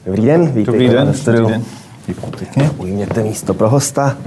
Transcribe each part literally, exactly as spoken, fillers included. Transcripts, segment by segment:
Dobrý den, vítejte. Dobrý den, dobrý den. Pěkně. Ujměte místo pro hosta.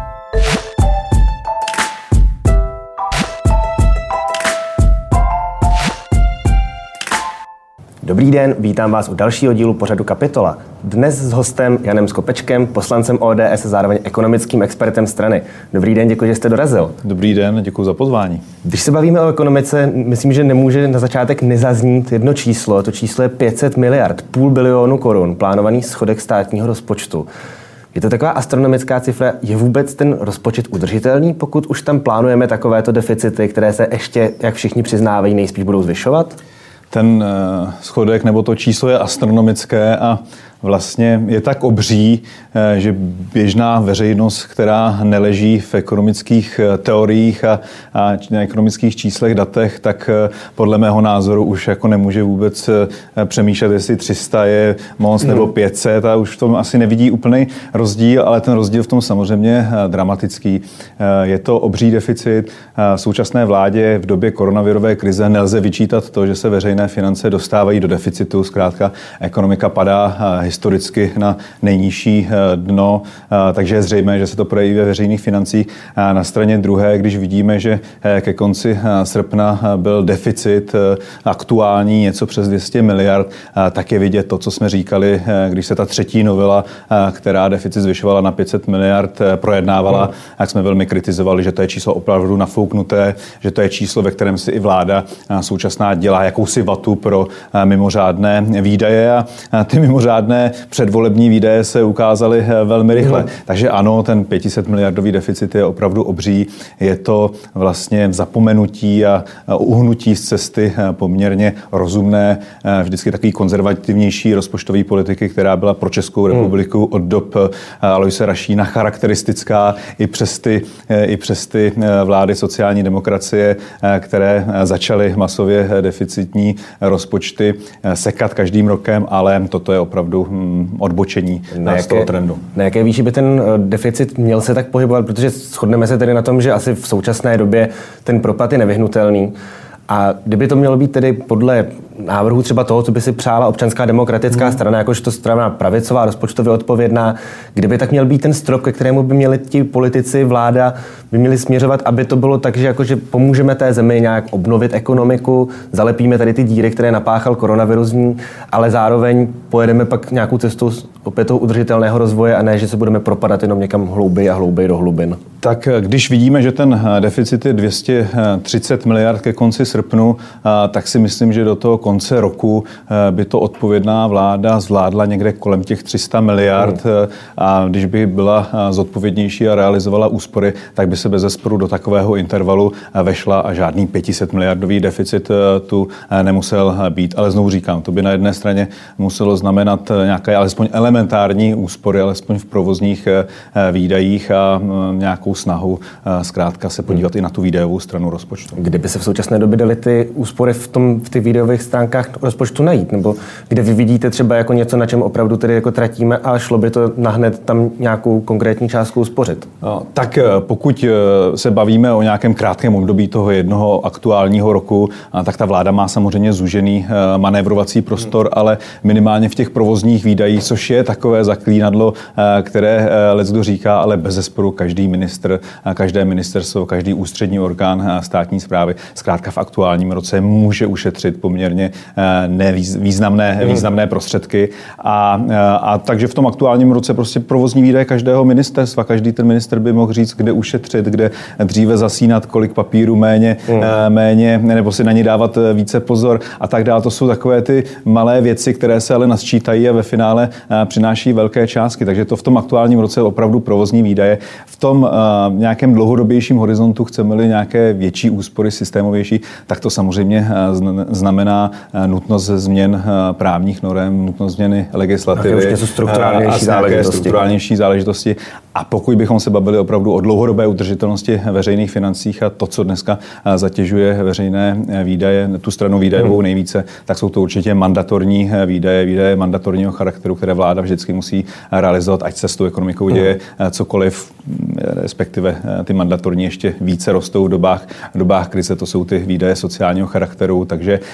Dobrý den, vítám vás u dalšího dílu pořadu Kapitola. Dnes s hostem Janem Skopečkem, poslancem O D S a zároveň ekonomickým expertem strany. Dobrý den, děkuji, že jste dorazil. Dobrý den, děkuji za pozvání. Když se bavíme o ekonomice, myslím, že nemůže na začátek nezaznít jedno číslo. To číslo je pět set miliard, půl bilionu korun, plánovaný schodek státního rozpočtu. Je to taková astronomická cifra. Je vůbec ten rozpočet udržitelný, pokud už tam plánujeme takovéto deficity, které se ještě, jak všichni přiznávají, nejspíš budou zvyšovat? Ten schodek nebo to číslo je astronomické a vlastně je tak obří, že běžná veřejnost, která neleží v ekonomických teoriích a, a ekonomických číslech, datech, tak podle mého názoru už jako nemůže vůbec přemýšlet, jestli tři sta je moc nebo pět set a už v tom asi nevidí úplný rozdíl, ale ten rozdíl v tom samozřejmě dramatický. Je to obří deficit. Současné vládě v době koronavirové krize nelze vyčítat to, že se veřejné finance dostávají do deficitu. Zkrátka ekonomika padá historicky na nejnižší dno, takže je zřejmé, že se to projeví ve veřejných financích. Na straně druhé, když vidíme, že ke konci srpna byl deficit aktuální něco přes dvě stě miliard, tak je vidět to, co jsme říkali, když se ta třetí novela, která deficit zvyšovala na pět set miliard, projednávala, jak jsme velmi kritizovali, že to je číslo opravdu nafouknuté, že to je číslo, ve kterém si i vláda současná dělá jakousi vatu pro mimořádné výdaje a ty mimořádné předvolební výdaje se ukázaly velmi rychle. Mm. Takže ano, ten pět set miliardový deficit je opravdu obří. Je to vlastně zapomenutí a uhnutí z cesty poměrně rozumné, vždycky takový konzervativnější rozpočtový politiky, která byla pro Českou republiku od dob Aloise Rašína charakteristická i přes ty, i přes ty vlády sociální demokracie, které začaly masově deficitní rozpočty sekat každým rokem, ale toto je opravdu odbočení na jaké, z toho trendu. Na jaké výši by ten deficit měl se tak pohybovat? Protože shodneme se tedy na tom, že asi v současné době ten propad je nevyhnutelný. A kdyby to mělo být tedy podle návrhu třeba toho, co by si přála Občanská demokratická hmm. strana, jakožto strana pravicová, rozpočtově odpovědná, kdyby tak měl být ten strop, ke kterému by měli ti politici, vláda, by měli směřovat, aby to bylo tak, že jakože pomůžeme té zemi nějak obnovit ekonomiku, zalepíme tady ty díry, které napáchal koronavirusní, ale zároveň pojedeme pak nějakou cestou opět toho udržitelného rozvoje a ne, že se budeme propadat jenom někam hlouběji a hlouběji do hlubin. Tak když vidíme, že ten deficit je dvě stě třicet miliard ke konci srpnu, tak si myslím, že do toho konce roku by to odpovědná vláda zvládla někde kolem těch tři sta miliard hmm. a když by byla zodpovědnější a realizovala úspory, tak by se bezesporu do takového intervalu vešla a žádný pět set miliardový deficit tu nemusel být. Ale znovu říkám, to by na jedné straně muselo znamenat nějaké alespoň elementární úspory, alespoň v provozních výdajích a nějakou snahu zkrátka se podívat hmm. i na tu výdajovou stranu rozpočtu. Kdyby se v současné době daly ty úspory v, tom, v těch výdajových stránkách rozpočtu najít? Nebo kde vy vidíte třeba jako něco, na čem opravdu tedy jako tratíme a šlo by to nahned tam nějakou konkrétní částku uspořit? No, tak pokud se bavíme o nějakém krátkém období toho jednoho aktuálního roku, tak ta vláda má samozřejmě zúžený manévrovací prostor, hmm. ale minimálně v těch provozních výdajích, což je takové zaklínadlo, které leckdo říká, ale bezesporu každý ministr, každé ministerstvo, každý ústřední orgán státní správy zkrátka v aktuálním roce může ušetřit poměrně nevýznamné významné prostředky. A, a takže v tom aktuálním roce prostě provozní výdaje každého ministerstva, každý ten ministr by mohl říct, kde ušetřit, kde dříve zasínat, kolik papíru méně, mm. méně, nebo si na ně dávat více pozor a tak dále. To jsou takové ty malé věci, které se ale nasčítají a ve finále přináší velké částky. Takže to v tom aktuálním roce je opravdu provozní výdaje. V tom uh, nějakém dlouhodobějším horizontu chceme-li nějaké větší úspory, systémovější, tak to samozřejmě znamená nutnost změn právních norem, nutnost změny legislativy. A strukturálnější záležitosti. strukturálnější záležitosti. A pokud bychom se bavili opravdu o dlouhodobé udržitelnosti veřejných financích a to, co dneska zatěžuje veřejné výdaje, tu stranu výdajovou nejvíce, tak jsou to určitě mandatorní výdaje, výdaje mandatorního charakteru, které vláda vždycky musí realizovat, ať se s tou ekonomikou děje cokoliv, respektive ty mandatorní ještě více rostou v dobách, v dobách krize, to jsou ty výdaje sociálního charakteru, takže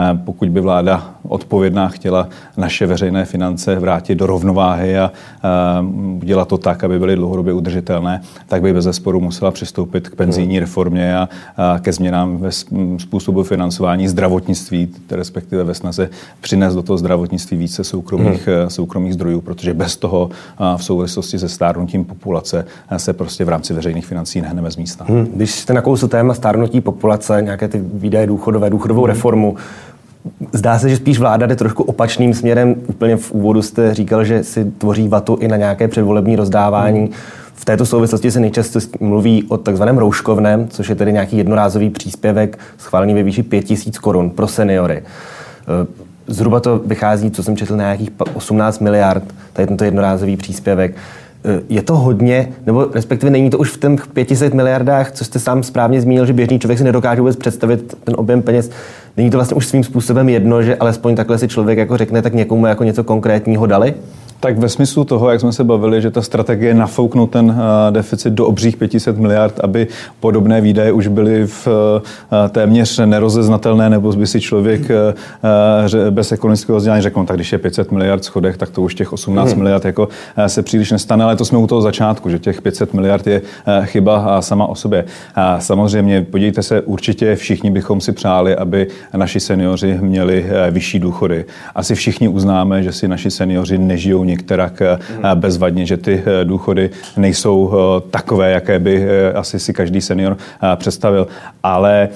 pokud by vláda odpovědná chtěla naše veřejné finance vrátit do rovnováhy a udělat to tak, aby byly dlouhodobě udržitelné, tak by bezesporu musela přistoupit k penzijní reformě a ke změnám ve způsobu financování zdravotnictví, respektive ve snaze přinést do toho zdravotnictví více soukromých, hmm. soukromých zdrojů, protože bez toho v souvislosti se stárnutím populace se prostě v rámci veřejných financí nehneme z místa. Hmm. Když jste nakousl téma stárnutí populace, nějaké ty výdaje důchodové, důchodovou hmm. reformu, zdá se, že spíš vláda jde trošku opačným směrem. Úplně v úvodu jste říkal, že si tvoří vatu i na nějaké předvolební rozdávání. Hmm. V této souvislosti se nejčastěji mluví o takzvaném rouškovném, což je tedy nějaký jednorázový příspěvek schválený ve výši pět tisíc korun pro seniory. Zhruba to vychází, co jsem četl, na nějakých osmnáct miliard, tady tento jednorázový příspěvek. Je to hodně, nebo respektive není to už v těch pět set miliardách, co jste sám správně zmínil, že běžný člověk si nedokáže vůbec představit ten objem peněz. Není to vlastně už svým způsobem jedno, že alespoň takhle si člověk jako řekne, tak někomu jako něco konkrétního dali? Tak ve smyslu toho, jak jsme se bavili, že ta strategie nafouknout ten uh, deficit do obřích pět set miliard, aby podobné výdaje už byly v uh, téměř nerozeznatelné, nebo by si člověk uh, bez ekonomického vzdělání řekl, no, tak když je pět set miliard schodech, tak to už těch osmnáct hmm. miliard jako uh, se příliš nestane, ale to jsme u toho začátku, že těch pět set miliard je uh, chyba uh, sama o sobě. Uh, samozřejmě, podívejte se, určitě všichni bychom si přáli, aby naši seniori měli uh, vyšší důchody. Asi všichni uznáme, že si naši seniori nežijou některak bezvadně, že ty důchody nejsou takové, jaké by asi si každý senior představil. Ale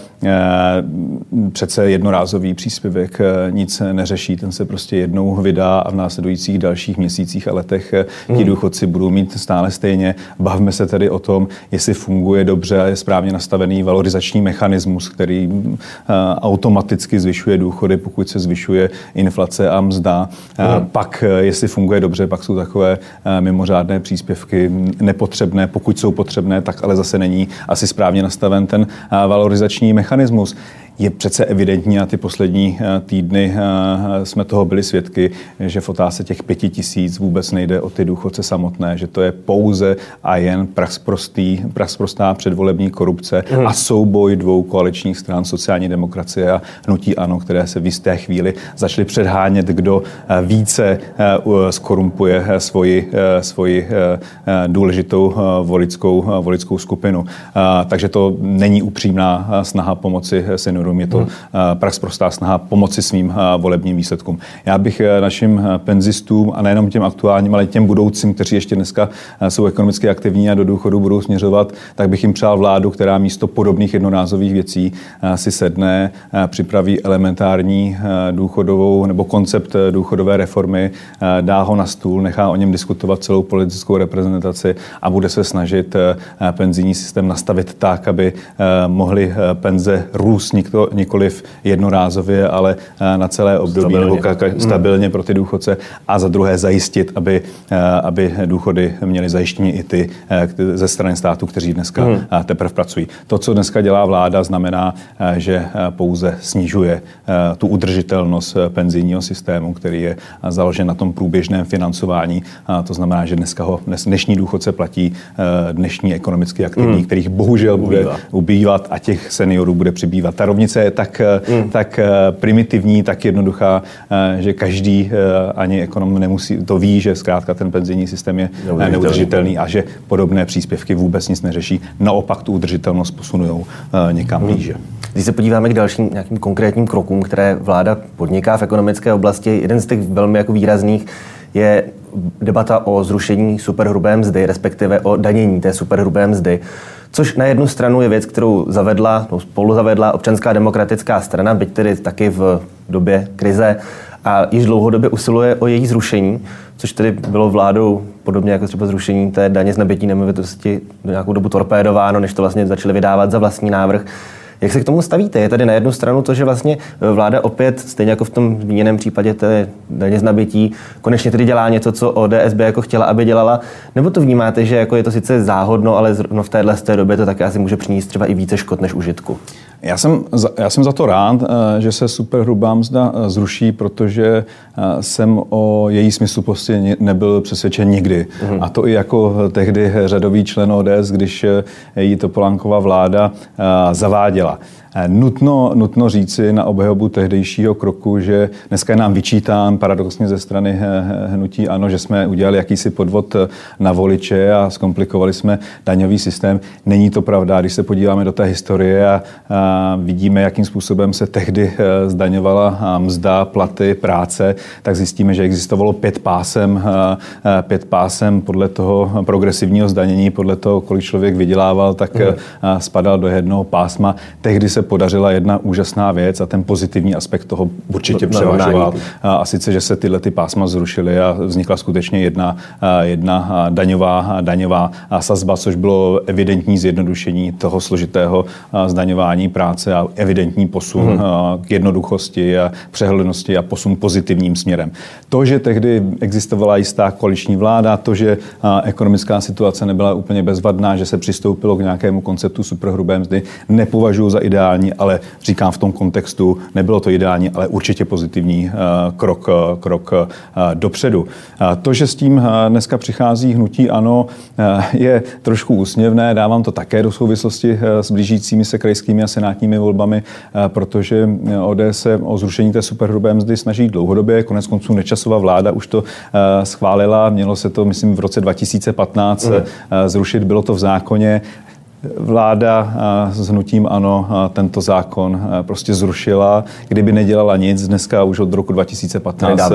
přece jednorázový příspěvek nic neřeší. Ten se prostě jednou vydá a v následujících dalších měsících a letech ti důchodci budou mít stále stejně. Bavme se tedy o tom, jestli funguje dobře a je správně nastavený valorizační mechanismus, který automaticky zvyšuje důchody, pokud se zvyšuje inflace a mzda. Hmm. Pak, jestli funguje dobře, pak jsou takové mimořádné příspěvky nepotřebné, pokud jsou potřebné, tak ale zase není asi správně nastaven ten valorizační mechanismus. Je přece evidentní a ty poslední týdny jsme toho byli svědky, že v otázce těch pěti tisíc vůbec nejde o ty důchodce samotné, že to je pouze a jen prachsprostý, prachsprostá předvolební korupce mm. a souboj dvou koaličních stran sociální demokracie a hnutí ANO, které se v jisté chvíli začaly předhánět, kdo více skorumpuje svoji, svoji důležitou voličskou, voličskou skupinu. Takže to není upřímná snaha pomoci seniorům. Je to hmm. prachsprostá snaha pomoci svým volebním výsledkům. Já bych našim penzistům, a nejenom těm aktuálním, ale těm budoucím, kteří ještě dneska jsou ekonomicky aktivní a do důchodu budou směřovat, tak bych jim přál vládu, která místo podobných jednorázových věcí si sedne, připraví elementární důchodovou nebo koncept důchodové reformy, dá ho na stůl, nechá o něm diskutovat celou politickou reprezentaci a bude se snažit penzijní systém nastavit tak, aby mohly penze růst nikoliv jednorázově, ale na celé období stabilně, nebo ka- stabilně pro ty důchodce a za druhé zajistit, aby, aby důchody měly zajištění i ty ze strany státu, kteří dneska hmm. teprve pracují. To, co dneska dělá vláda, znamená, že pouze snižuje tu udržitelnost penzijního systému, který je založen na tom průběžném financování. To znamená, že dneska ho dnešní důchodce platí dnešní ekonomicky aktivní, hmm. kterých bohužel bude ubývat a těch seniorů bude přibývat. Ta rovnice je tak, mm. tak primitivní, tak jednoduchá, že každý ani ekonom nemusí, to ví, že zkrátka ten penzijní systém je neudržitelný a že podobné příspěvky vůbec nic neřeší. Naopak tu udržitelnost posunují někam mm. blíže. Když se podíváme k dalším nějakým konkrétním krokům, které vláda podniká v ekonomické oblasti, jeden z těch velmi jako výrazných je debata o zrušení superhrubé mzdy, respektive o danění té superhrubé mzdy. Což na jednu stranu je věc, kterou zavedla, no, spolu zavedla Občanská demokratická strana, byť tedy taky v době krize a již dlouhodobě usiluje o její zrušení, což tedy bylo vládou podobně jako třeba zrušení té daně z nabytí nemovitosti nějakou dobu torpédováno, než to vlastně začali vydávat za vlastní návrh. Jak se k tomu stavíte? Je tady na jednu stranu to, že vlastně vláda opět, stejně jako v tom zmíněném případě té daně z nabytí, konečně tedy dělá něco, co O D S by jako chtěla, aby dělala? Nebo to vnímáte, že jako je to sice záhodno, ale no v téhle té době to také asi může přinést třeba i více škod než užitku? Já jsem, za, já jsem za to rád, že se superhrubá mzda zruší, protože jsem o její smyslu prostě nebyl přesvědčen nikdy. Uhum. A to i jako tehdy řadový člen O D S, když ji Topolánková vláda zaváděla. Nutno, nutno říci na obhajobu tehdejšího kroku, že dneska je nám vyčítán paradoxně ze strany hnutí ANO, že jsme udělali jakýsi podvod na voliče a zkomplikovali jsme daňový systém. Není to pravda. Když se podíváme do té historie a, a vidíme, jakým způsobem se tehdy zdaňovala mzda, platy, práce, tak zjistíme, že existovalo pět pásem, pět pásem podle toho progresivního zdanění, podle toho, kolik člověk vydělával, tak mm. spadal do jednoho pásma. Tehdy se podařila jedna úžasná věc a ten pozitivní aspekt toho určitě převažoval. A sice, že se tyhle ty pásma zrušily a vznikla skutečně jedna, jedna daňová, daňová sazba, což bylo evidentní zjednodušení toho složitého zdaňování práce a evidentní posun mm. k jednoduchosti a přehlednosti a posun pozitivním směrem. To, že tehdy existovala jistá koaliční vláda, to, že ekonomická situace nebyla úplně bezvadná, že se přistoupilo k nějakému konceptu superhrubé mzdy, nepovažuji za ideální, ale říkám v tom kontextu, nebylo to ideální, ale určitě pozitivní krok, krok dopředu. To, že s tím dneska přichází hnutí ANO, je trošku úsměvné, dávám to také do souvislosti s blížícími se krajskými a senátními volbami, protože O D S se o zrušení té superhrubé mzdy snaží dlouhodobě, konec konců Nečasova vláda už to schválila, mělo se to, myslím, v roce dva tisíce patnáct mm. zrušit, bylo to v zákoně. Vláda s hnutím ANO tento zákon prostě zrušila. Kdyby nedělala nic, dneska už od roku dva tisíce patnáct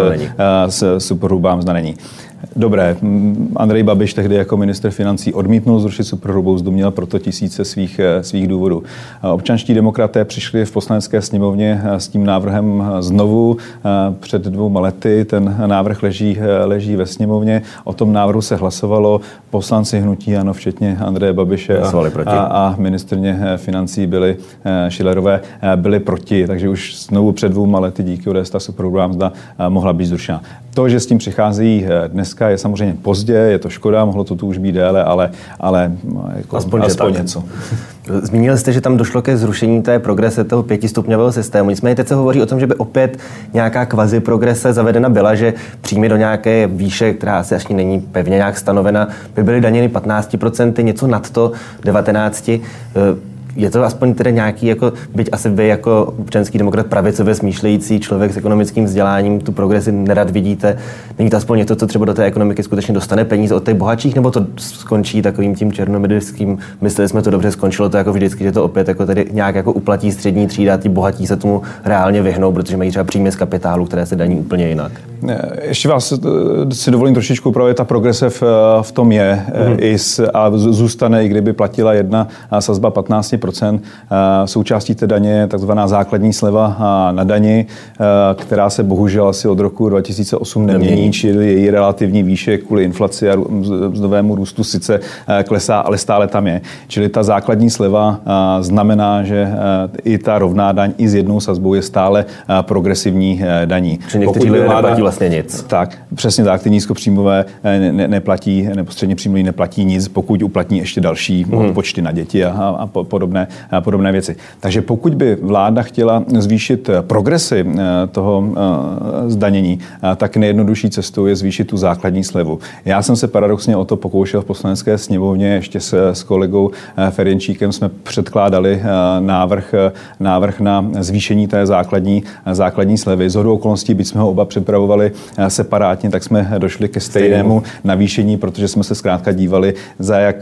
s superhrubá mzda není. Dobré, Andrej Babiš tehdy jako ministr financí odmítnul zrušit superhrubou mzdu, měl proto tisíce svých, svých důvodů. Občanští demokraté přišli v poslanecké sněmovně s tím návrhem znovu před dvouma lety. Ten návrh leží, leží ve sněmovně. O tom návrhu se hlasovalo. Poslanci hnutí ANO, včetně Andreje Babiše a, a, a ministryně financí byli Schillerové, byli proti. Takže už znovu před dvouma lety díky O D S ta superhrubá mzda mohla být zrušena. To, že s tím přichází dneska, je samozřejmě pozdě, je to škoda, mohlo to tu už být déle, ale, ale jako aspoň, aspoň něco. Zmínili jste, že tam došlo ke zrušení té progrese toho pětistupňového systému. Nicméně teď se hovoří o tom, že by opět nějaká kvazi progrese zavedena byla, že příjmy do nějaké výše, která asi až není pevně nějak stanovena, by byly daněny patnáct procent, něco nad to devatenáct procent. Je to aspoň tedy nějaký, jako, byť asi vy jako občanský demokrat pravicově smýšlející člověk s ekonomickým vzděláním tu progresi nerad vidíte. Není to aspoň něco, co třeba do té ekonomiky skutečně dostane peníze od těch bohatších, nebo to skončí takovým tím černomyrdským, mysleli jsme to dobře, skončilo to jako vždycky, že to opět jako tedy nějak jako uplatí střední třída, ti bohatí se tomu reálně vyhnou, protože mají třeba příjmy z kapitálu, které se daní úplně jinak. Ještě vás si dovolím trošičku upravit, ta progrese v, v tom je mm-hmm. i s, a zůstane, i kdyby platila jedna sazba patnáct procent. Součástí té daně je takzvaná základní sleva na dani, která se bohužel asi od roku dva tisíce osm nemění, čili její relativní výše kvůli inflaci a mzdovému růstu sice klesá, ale stále tam je. Čili ta základní sleva znamená, že i ta rovná daň i s jednou sazbou je stále progresivní daní. Čili někteří lidé neplatí vlastně nic. Tak, přesně tak, ty nízkopříjmové ne, ne, neplatí, nebo středně příjmoví neplatí nic, pokud uplatní ještě další hmm. počty na děti a, a podobné, a podobné věci. Takže pokud by vláda chtěla zvýšit progresy toho zdanění, tak nejjednodušší cestou je zvýšit tu základní slevu. Já jsem se paradoxně o to pokoušel v poslanecké sněmovně, ještě s, s kolegou Ferjenčíkem jsme předkládali návrh, návrh na zvýšení té základní, základní slevy. Shodou okolností, byť jsme ho oba připravovali separátně, tak jsme došli ke stejnému navýšení, protože jsme se zkrátka dívali, za jak,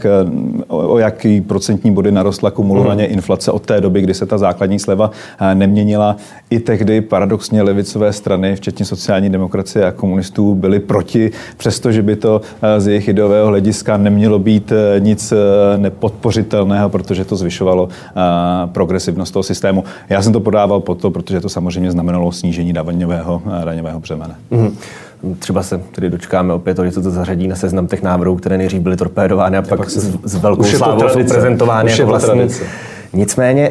o jaký procentní body narostla kumulovaně mm. inflace od té doby, kdy se ta základní sleva neměnila. I tehdy paradoxně levicové strany, včetně sociální demokracie a komunistů, byli proti, přestože by to z jejich ideového hlediska nemělo být nic nepodpořitelného, protože to zvyšovalo progresivnost toho systému. Já jsem to podával po to, protože to samozřejmě znamenalo snížení daňového, daňového břemene. Mm. Třeba se tedy dočkáme opět to, že se to zařadí na seznam těch návrhů, které nejdřív byly torpédovány a pak, pak s, s velkou slávou jsou prezentovány jako vlastní. Nicméně,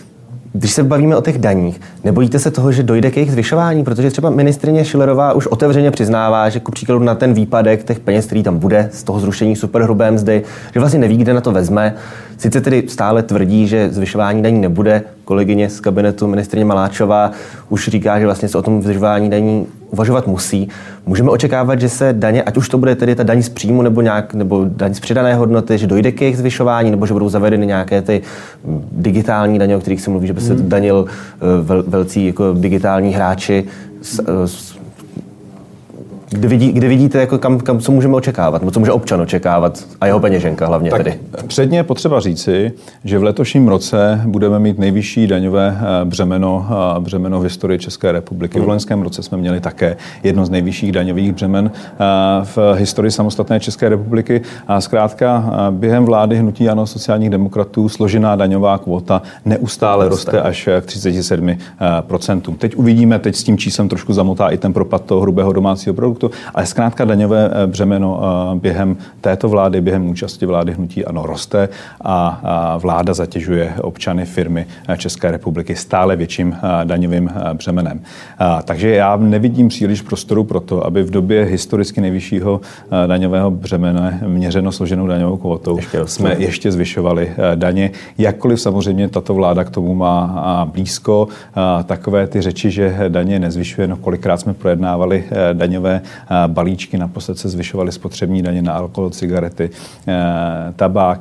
když se bavíme o těch daních, nebojíte se toho, že dojde k jejich zvyšování? Protože třeba ministryně Schillerová už otevřeně přiznává, že ku příkladu na ten výpadek těch peněz, který tam bude z toho zrušení superhrubé mzdy, že vlastně neví, kde na to vezme. Sice tedy stále tvrdí, že zvyšování daní nebude, kolegyně z kabinetu ministryně Maláčová už říká, že vlastně se o tom zvyšování daní uvažovat musí. Můžeme očekávat, že se daně, ať už to bude tedy ta daň z příjmu nebo, nějak, nebo daň z přidané hodnoty, že dojde k jejich zvyšování, nebo že budou zavedeny nějaké ty digitální daně, o kterých se mluví, že by se danil vel, velcí jako digitální hráči. S, s, Kdy, vidí, kdy vidíte, jako kam, kam, co můžeme očekávat, nebo co může občan očekávat a jeho peněženka hlavně tak tedy? Předně je potřeba říci, že v letošním roce budeme mít nejvyšší daňové břemeno, břemeno v historii České republiky. V loňském roce jsme měli také jedno z nejvyšších daňových břemen v historii samostatné České republiky. A zkrátka během vlády hnutí ANO sociálních demokratů složená daňová kvota neustále roste až k třicet sedm procent. Teď uvidíme, teď s tím číslem trošku zamotá i ten propad toho hrubého domácího produktu, ale zkrátka daňové břemeno během této vlády, během účasti vlády hnutí ANO roste a vláda zatěžuje občany, firmy České republiky stále větším daňovým břemenem. Takže já nevidím příliš prostoru pro to, aby v době historicky nejvyššího daňového břemene měřeno složenou daňovou kvotou ještě jsme ještě zvyšovali daně. Jakkoliv samozřejmě tato vláda k tomu má blízko, takové ty řeči, že daně nezvyšuje, no kolikrát jsme projednávali daňové balíčky, naposled se zvyšovaly spotřební daně na alkohol, cigarety, tabák.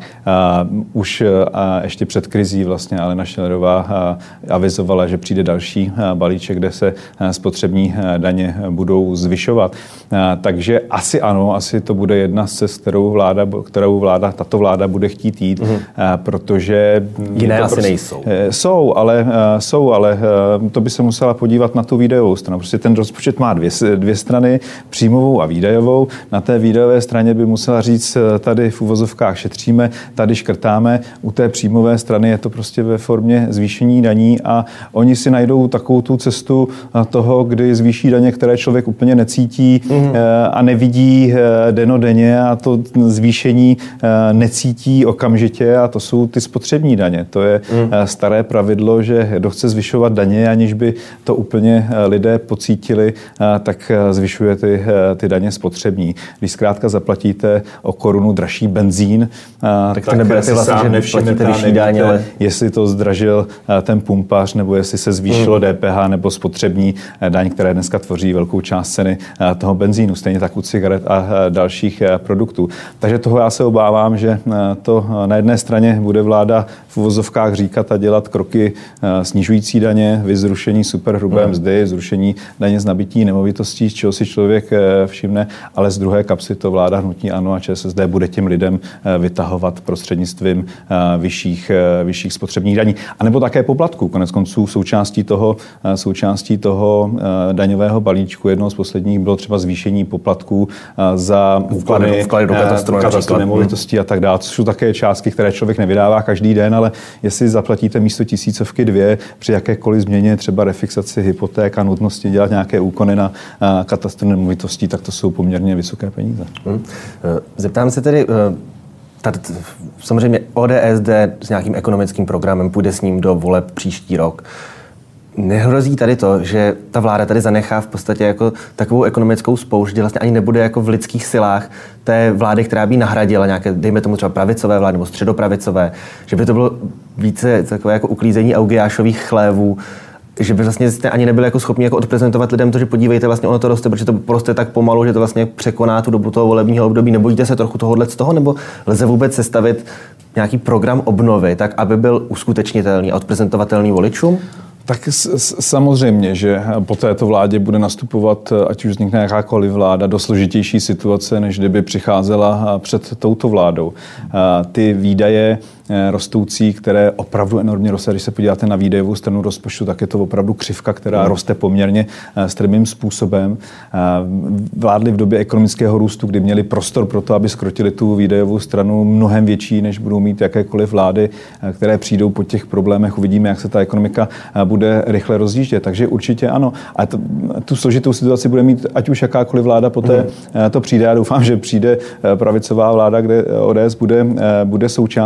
Už ještě před krizí vlastně Alena Schillerová avizovala, že přijde další balíček, kde se spotřební daně budou zvyšovat. Takže asi ano, asi to bude jedna z cest, kterou vláda, kterou vláda, tato vláda bude chtít jít, mm-hmm. protože... Jiné asi prostě, nejsou. Jsou, ale, jsou, ale to by se musela podívat na tu výdajovou stranu. Prostě ten rozpočet má dvě, dvě strany, příjmovou a výdajovou. Na té výdajové straně by musela říct, tady v uvozovkách šetříme, tady škrtáme. U té příjmové strany je to prostě ve formě zvýšení daní a oni si najdou takovou tu cestu toho, kdy zvýší daně, které člověk úplně necítí mm. a nevidí denodenně a to zvýšení necítí okamžitě a to jsou ty spotřební daně. To je mm. staré pravidlo, že kdo chce zvyšovat daně, aniž by to úplně lidé pocítili, tak zvyšuje ty, ty daně spotřební. Když zkrátka zaplatíte o korunu dražší benzín, tak, tak neberete vlastně, že neplatíte vyšší daně, ale... jestli to zdražil ten pumpař, nebo jestli se zvýšilo hmm. D P H nebo spotřební daň, které dneska tvoří velkou část ceny toho benzínu. Stejně tak u cigaret a dalších produktů. Takže toho já se obávám, že to na jedné straně bude vláda v uvozovkách říkat a dělat kroky snižující daně, vyzrušení superhrubé hmm. mzdy, zrušení daně z nabytí nemovitostí, z čeho si člověk všimne, ale z druhé kapsy to vláda hnutí ANO a ČSSD bude těm lidem vytahovat prostřednictvím vyšších, vyšších spotřebních daní. A nebo také poplatků. Konec konců součástí toho, součástí toho daňového balíčku jednoho z posledních bylo třeba zvýšení poplatků za úklady, vklady do katastru, katastru nemovitostí a tak dále. To jsou také částky, které člověk nevydává každý den, ale jestli zaplatíte místo tisícovky dvě při jakékoliv změně, třeba refixaci hypoték a nutnosti dělat nějaké úkony na katastru nemovitostí, tak to jsou poměrně vysoké peníze. Hmm. Zeptám se tedy, tady, samozřejmě O D S jde s nějakým ekonomickým programem, půjde s ním do voleb příští rok. Nehrozí tady to, že ta vláda tady zanechá v podstatě jako takovou ekonomickou spoušť, že vlastně ani nebude jako v lidských silách té vlády, která by nahradila nějaké, dejme tomu třeba pravicové vlády nebo středopravicové, že by to bylo více takové jako uklízení augiášových chlévů, že by vlastně jste ani nebyli jako schopni jako odprezentovat lidem to, že podívejte, vlastně ono to roste, protože to roste tak pomalu, že to vlastně překoná tu dobu toho volebního období. Nebojíte se trochu tohohle z toho, nebo lze vůbec sestavit nějaký program obnovy, tak aby byl uskutečnitelný a odprezentovatelný voličům? Tak samozřejmě, že po této vládě bude nastupovat, ať už vznikne jakákoliv vláda, do složitější situace, než kdyby přicházela před touto vládou. Ty výdaje rostoucí, které opravdu enormně roste. Když se podíváte na výdajovou stranu rozpočtu, tak je to opravdu křivka, která hmm. roste poměrně strmým způsobem. Vládli v době ekonomického růstu, kdy měli prostor pro to, aby skrotili tu výdajovou stranu mnohem větší, než budou mít jakékoliv vlády, které přijdou po těch problémech. Uvidíme, jak se ta ekonomika bude rychle rozjíždět. Takže určitě ano. A to, tu složitou situaci bude mít ať už jakákoliv vláda poté hmm. to přijde. Já doufám, že přijde pravicová vláda, kde O D S bude, bude součástí.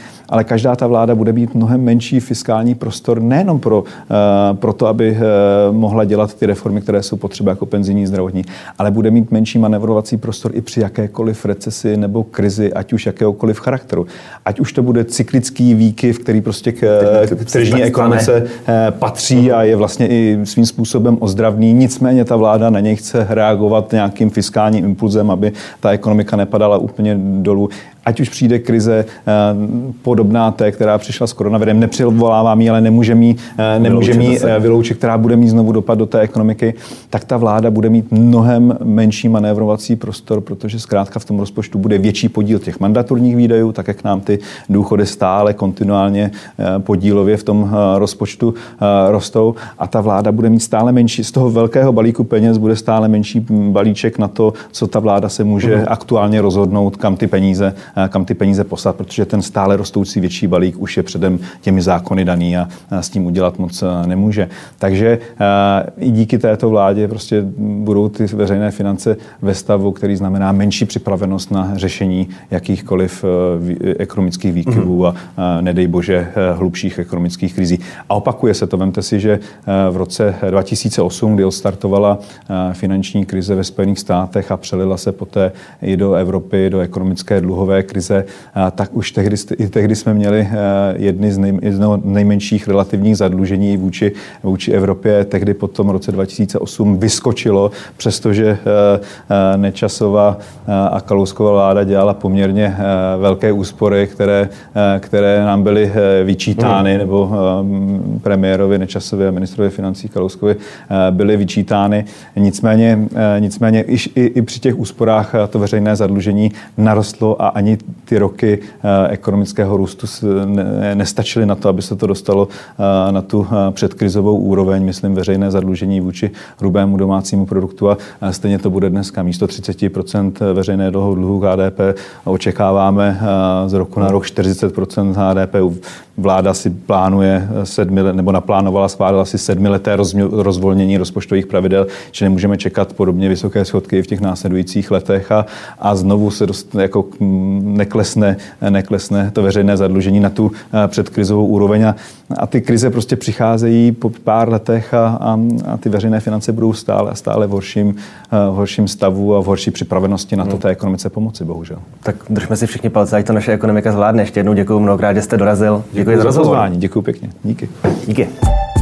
ale každá ta vláda bude mít mnohem menší fiskální prostor nejenom pro, pro to, aby mohla dělat ty reformy, které jsou potřeba jako penzijní, zdravotní, ale bude mít menší manevrovací prostor i při jakékoliv recesi nebo krizi, ať už jakéhokoliv charakteru. Ať už to bude cyklický výkyv, který prostě k, k tržní ekonomice patří a je vlastně i svým způsobem ozdravný. Nicméně ta vláda na něj chce reagovat nějakým fiskálním impulzem, aby ta ekonomika nepadala úplně dolů. Ať už přijde krize podobná té, která přišla s koronavirem, nepřivolávám ji, ale nemůže mít nemůže mít vyloučit, která bude mít znovu dopad do té ekonomiky, tak ta vláda bude mít mnohem menší manévrovací prostor, protože zkrátka v tom rozpočtu bude větší podíl těch mandatorních výdajů, tak jak nám ty důchody stále kontinuálně podílově v tom rozpočtu rostou a ta vláda bude mít stále menší, z toho velkého balíku peněz bude stále menší balíček na to, co ta vláda se může uh-huh. aktuálně rozhodnout, kam ty peníze kam ty peníze poslat, protože ten stále rostoucí větší balík už je předem těmi zákony daný a s tím udělat moc nemůže. Takže i díky této vládě prostě budou ty veřejné finance ve stavu, který znamená menší připravenost na řešení jakýchkoliv ekonomických výkyvů a nedej bože hlubších ekonomických krizí. A opakuje se to. Vemte si, že v roce dva tisíce osm, kdy odstartovala finanční krize ve Spojených státech a přelila se poté i do Evropy, do ekonomické dluhové krize, tak už tehdy, i tehdy jsme měli jedny z, nej, z nejmenších relativních zadlužení vůči, vůči Evropě. Tehdy po tom roce dva tisíce osm vyskočilo, přestože Nečasova a Kalouskova vláda dělala poměrně velké úspory, které, které nám byly vyčítány, nebo premiérovi Nečasovi a ministrovi financí Kalouskovi byly vyčítány. Nicméně, nicméně i, i, i při těch úsporách to veřejné zadlužení narostlo a ani ty roky ekonomického růstu nestačily na to, aby se to dostalo na tu předkrizovou úroveň, myslím, veřejné zadlužení vůči hrubému domácímu produktu a stejně to bude dneska. Místo třicet procent veřejného dluhu H D P očekáváme z roku na rok čtyřicet procent H D P. Vláda si plánuje sedmi, nebo naplánovala, schválila si sedmileté rozvolnění rozpočtových pravidel, či nemůžeme čekat podobně vysoké schodky v těch následujících letech a, a znovu se dost, jako neklesne, neklesne to veřejné zadlužení na tu předkrizovou úroveň a, a ty krize prostě přicházejí po pár letech a, a, a ty veřejné finance budou stále stále v horším, v horším stavu a v horší připravenosti na to té ekonomice pomoci, bohužel. Tak držme si všichni palce, ať to naše ekonomika zvládne. Ještě jednou děkuji mnohokrát, že jste dorazil. Děkuji, děkuji za pozvání. Děkuji pěkně. Díky. Díky.